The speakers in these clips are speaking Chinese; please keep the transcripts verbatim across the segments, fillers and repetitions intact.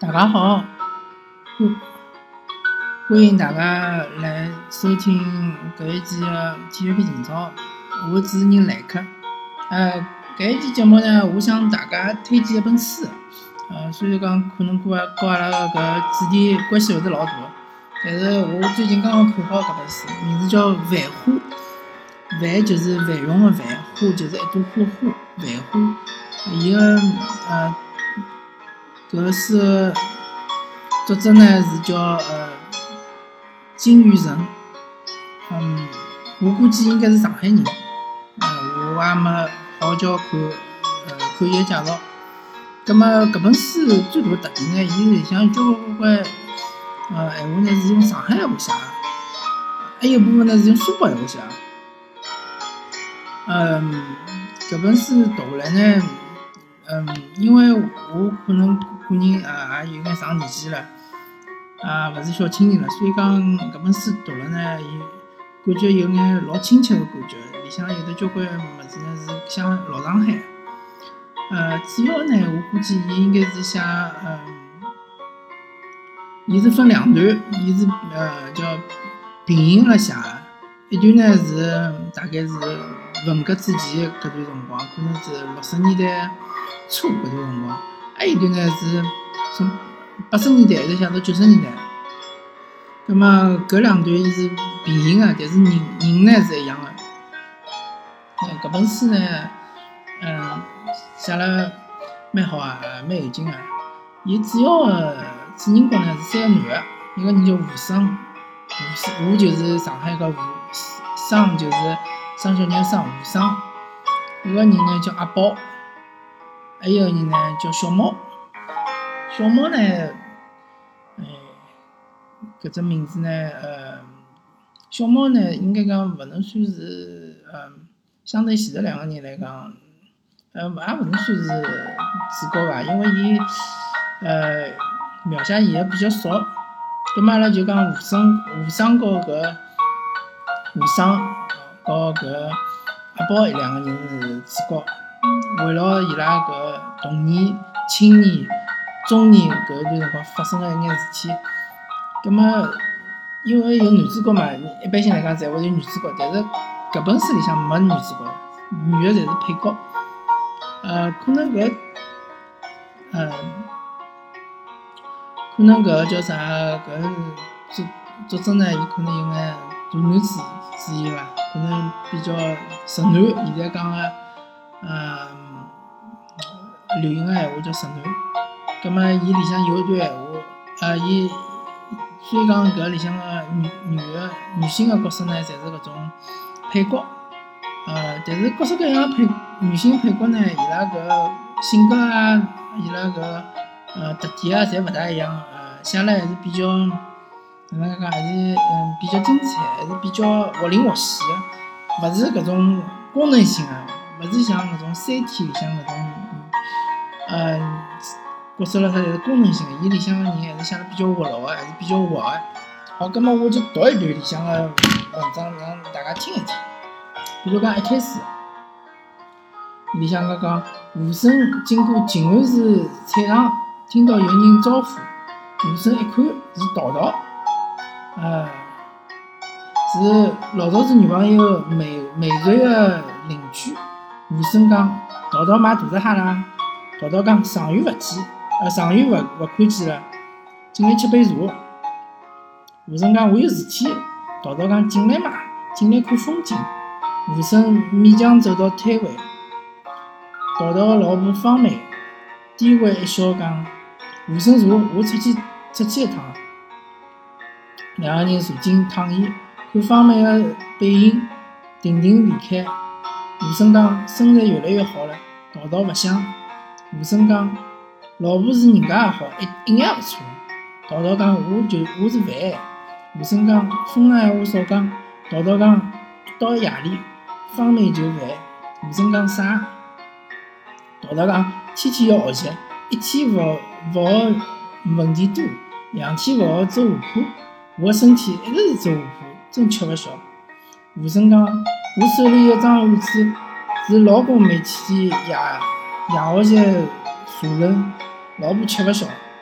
大家好，欢欢迎大家来收听搿一期的体育篇情操，我是主持人莱克。呃，搿一期节目呢，我向大家推荐一本书。呃，虽然讲可能跟跟阿拉个搿主题关系勿是老大，但是我最近刚刚看好搿本书，名字叫《繁花》。繁就是繁荣的繁，花就是一朵花花，繁花。伊个呃搿个书的作者呢是叫呃金宇澄，嗯，我估计应该是上海人，呃，我也没好叫看呃看伊个介绍。葛末搿本书最大的特点呢，伊里向有交关关呃闲话呢是用上海闲话写的，还有部分呢是用苏北闲话写的。嗯，搿本书读下来呢，嗯，因为我可能个人啊也有眼上年纪了，啊，勿是小青年了，所以讲搿本书读了呢，感觉有眼老亲切的感觉。里向有的交关物事呢是像老上海，呃，主要呢我估计伊应该是写，嗯，伊是分两段，伊是呃叫平行了写的，一段呢是大概是文革之前搿段辰光，可能是六十年代初搿段辰光，还有一段呢是从八十年代一直写到九十年代。葛末搿两段伊是平行的，但是人人呢是一样的。呃，搿本书呢，嗯，写了蛮好啊，蛮有劲啊。伊主要的主人公呢是三个男的，一个人叫吴生，吴吴就是上海个吴，生就是张小人生吴生。一个人呢叫阿宝，还有一个人呢叫小猫。小猫呢，哎，搿只名字呢，呃，小猫呢应该讲勿能算是，呃，相对前头两个人来讲，呃，也勿能算是主角吧，因为伊，呃，描写伊个比较少。葛末阿拉就讲吴生，吴生和搿吴生和搿阿宝伊两个人是主角，围绕伊拉搿童年、青年、中年搿一段辰光发生个一眼事体。葛末因为有男主角嘛，一般性来讲侪会有女主角，但是搿本书里向没女主角，女的侪是配角。呃，可能搿，呃，可能搿叫啥？搿作作者呢，伊可能有眼大男子主义伐，可能比较直男。现在讲个，呃，流行个闲话叫直男。葛末伊里向有一段闲话，呃，伊虽然讲搿里向个女女个女性个角色呢，侪是搿种配角，呃，但是各式各样配女性配角呢，伊拉搿性格啊，伊拉搿呃特点啊，侪勿大一样。呃，写了还是比较，哪能讲还是嗯比较精彩，还是比较活灵活现个，勿是搿种功能性个，勿是像搿种三体里向搿种，呃。角色辣它侪是功能性的，伊里向个人还是写得比较活络个，还是比较活个。好，葛末我就读一段里向个文章让大家听一听。比如讲一开始，里向个讲吴生经过静安寺菜场，听到有人招呼，吴生一看是陶陶，呃，是老早子女朋友美美瑞个邻居。吴生讲陶陶买大闸蟹啦，陶陶讲上月勿见。呃，上月勿勿看见了，进来吃杯茶。吴生讲我有事体，陶陶讲进来嘛，进来看风景。吴生勉强走到摊位，陶陶个老婆方梅低微一笑讲：“吴生茶，我出去出去一趟。”两个人坐进躺椅，看方梅个背影，定定离开。吴生讲身材越来越好了，陶陶勿想。吴生讲。老婆是人家也好，一一眼也勿错。陶陶讲我就我是烦。吴生讲风凉闲话少讲。陶陶讲一到夜里，方梅就烦。吴生讲啥？陶陶讲天天要学习，一天勿勿学问题多，两天勿学走下坡。我个身体一直是走下坡，真吃勿消。吴生讲我手里有张案子，是老公每天夜夜学习查论。老婆吃勿消，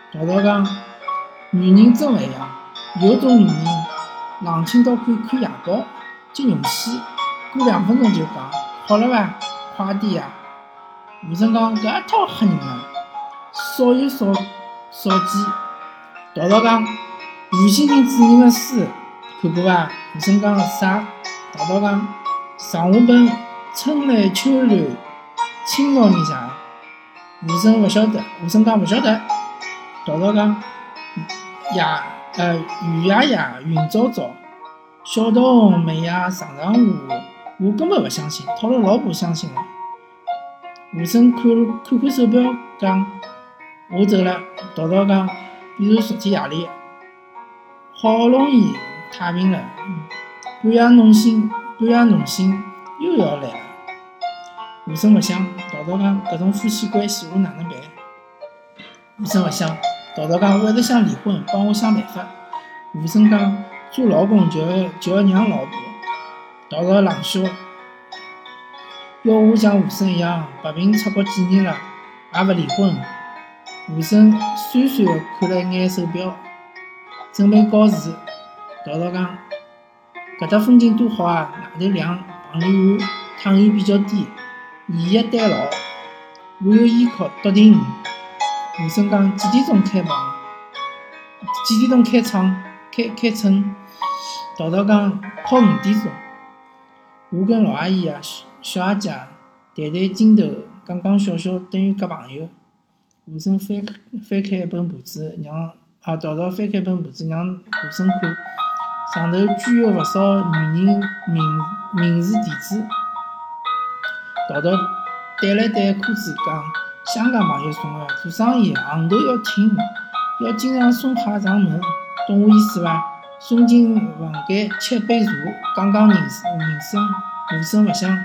道道讲，女人真勿一样，有种女人冷清到可以看牙膏，接容器，过两分钟就讲好了伐，快点啊！吴声讲搿也太吓人了，少油少少盐。道道讲吴先生主人的书看过伐？吴声讲啥？道道讲上下本春来秋来清朝人写的。吴声勿晓得，吴声讲勿晓得。道道讲夜呃雨呀呀云昭昭，小桃红梅呀常常花，我根本勿相信，讨了老婆相信了。吴声看看看手表，讲我走了。道道讲，比如昨天夜里，好容易太平了，半夜弄醒，半夜弄醒又要来了。吴声勿想，道道讲搿种夫妻关系我哪能办？吴声勿想，道道讲我一直想离婚，帮我想办法。吴声讲做老公就要就要让老婆。道道冷笑，要我像吴声一样白贫出国几年了，也勿离婚。吴声酸酸地看了一眼手表，准备告辞。道道讲搿搭风景多好啊，外头凉，旁里暗，躺意比较低，伊一对牢，我有依靠，笃定你。吴声讲几点钟开房？几点钟开厂？开开春？道道讲靠五点钟。我跟老阿姨啊、小阿姐谈谈经头，讲讲笑笑，等于交朋友。吴声翻翻开一本簿子，让啊道道翻开本簿子，让吴声看，上头居有勿少女人名名字地址。道道掸了掸裤子，讲香港朋友送的，做生意行头要挺，要经常送客上门，懂我意思伐？送进房间吃杯茶，讲讲人人生。吴声勿想。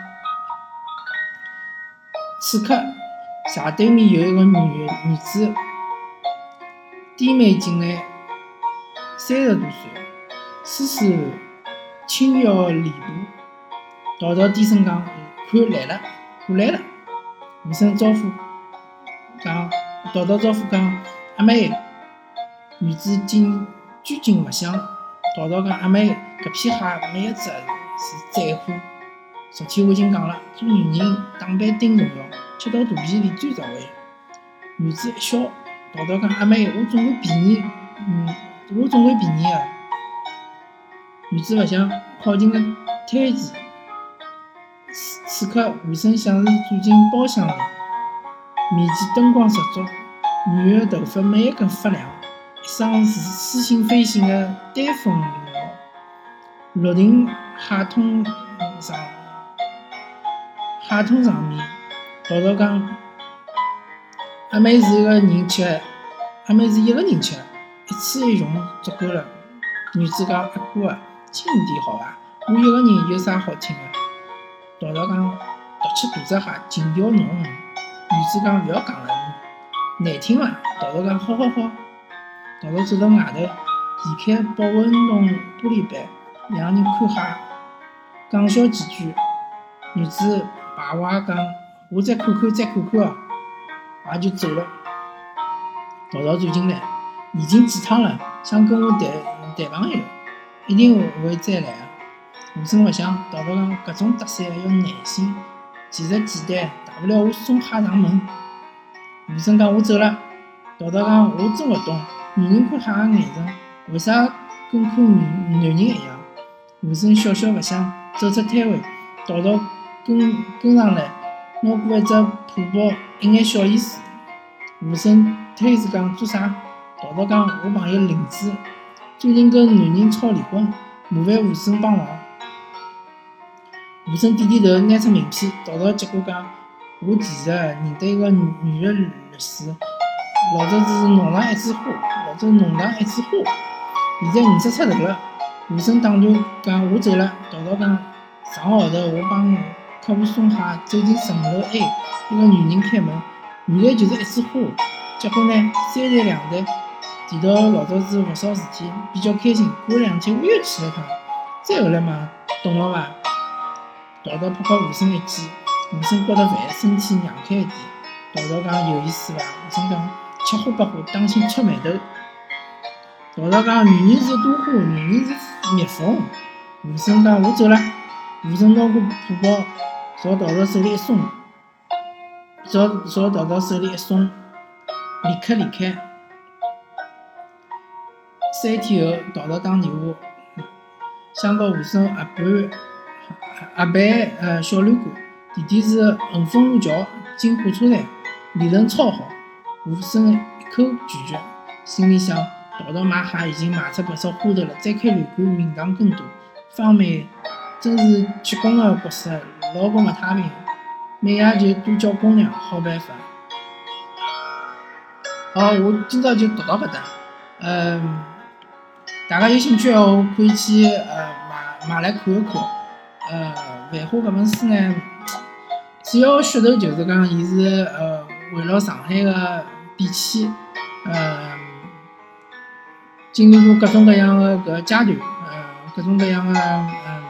此刻斜对面有一个女女子低眉进来，三十多岁，丝丝轻摇礼步。道道低声讲：“看来了，过来了。”吴声招呼讲：“道道招呼讲，阿妹。”女子竟拘谨勿响。道道讲：“阿妹，搿批蟹每一只是灾祸。昨天我已经讲了，做女人打扮顶重要，吃到肚皮里最实惠。”女子一笑。道道讲：“阿妹，我总会便宜，嗯，我总会便宜的。”女子勿想，靠近了推前。此刻，吴声像是走进包厢里，面前灯光十足，女的头发每一根发亮，一双是似信非信的丹凤落定蟹桶上，蟹桶上面。道道讲：“阿妹是一个人吃的，阿妹是一个人吃的，一次一用足够了。”女子讲：“阿哥啊，轻点好伐？我一个人有啥好听的？”道道讲：“独吃大只蟹，情调浓。”女子讲：“勿要讲了，难听了。”道道讲：“好好好。”道道走到外头，移开保温桶玻璃板，两个人看蟹，讲笑几句。女子排话讲：“我再看看，再看看哦。”也就走了。道道走进来，已经几趟了，想跟我谈谈朋友，一定会再来的。吴声勿想，道道讲搿种搭讪要耐心，其实简单，大不了我送蟹上门。吴声讲：“我走了。”道道讲：“我真勿懂，女人看蟹的眼神，为啥跟看男人一样？”吴声笑笑勿想，走出摊位。道道跟跟上来，拿过一只破包，一眼小意思。吴声推辞讲：“做啥？”道道讲：“我朋友林子最近跟男人吵离婚，麻烦吴声帮忙。”吴声点点头，拿出名片。道道结果讲：“我其实认得一个女的律师，老早子弄上一枝花，老早弄上一枝花，现在认识出头了。”吴声打断讲：“我走了。”道道讲：“上个号头我帮客户送蟹，走进十五楼 A， 一个女人开门，原来就是一枝花。结果呢，三谈两谈，提到老早子勿少事体，比较开心。过两天我又去了趟，再后来嘛，懂了伐？”道道拍拍吴声一记，吴声觉得烦，身体让开一点。道道讲：“有意思伐？”吴声讲：“ 七花八花，打心吃馒头。道道讲女人是多花，女人是蜜蜂。吴声讲我走了。吴声拿过破包，朝道道手里一松，朝朝道道手里一松，离开离开。三天后，道道打电话，想到吴声合办合办呃小旅馆，地点是恒丰路桥进火车站，理论超好。吴声一口拒绝，心里想道道卖蟹已经卖出不少花头了，再开旅馆名堂更多。方妹真是结棍个角色，老婆勿太平，每夜就多叫工娘，好办法。好，我今朝就读到搿搭，嗯，大家有兴趣个话可以去呃买买来看一看。呃，《繁花》搿本书呢，主要噱头就是讲伊是呃围绕上海个变迁，呃，经历过各种各样个搿阶段，呃，各种各样个嗯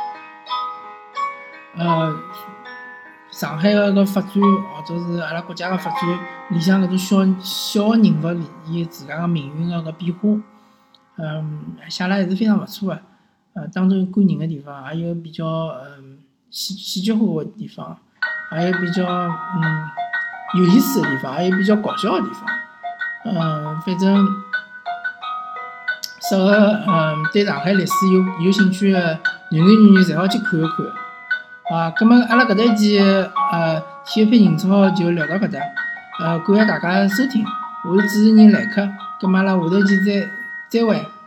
呃上海个搿发展，或者是阿拉国家个发展里向搿种小小个人物伊自家个命运个搿变化，嗯，写了还是非常勿错个。呃，当中有感人个地方，也有比较嗯戏戏剧化个地方，还有比较嗯有意思个地方，还有比较搞笑个地方。嗯，反正适合嗯对上海历史有有兴趣个男男女女侪好去看一看。啊，葛末阿拉搿搭一期呃体育篇英超就聊到搿搭，呃，感谢大家收听，我是主持人来客，葛末阿拉下头期再再会。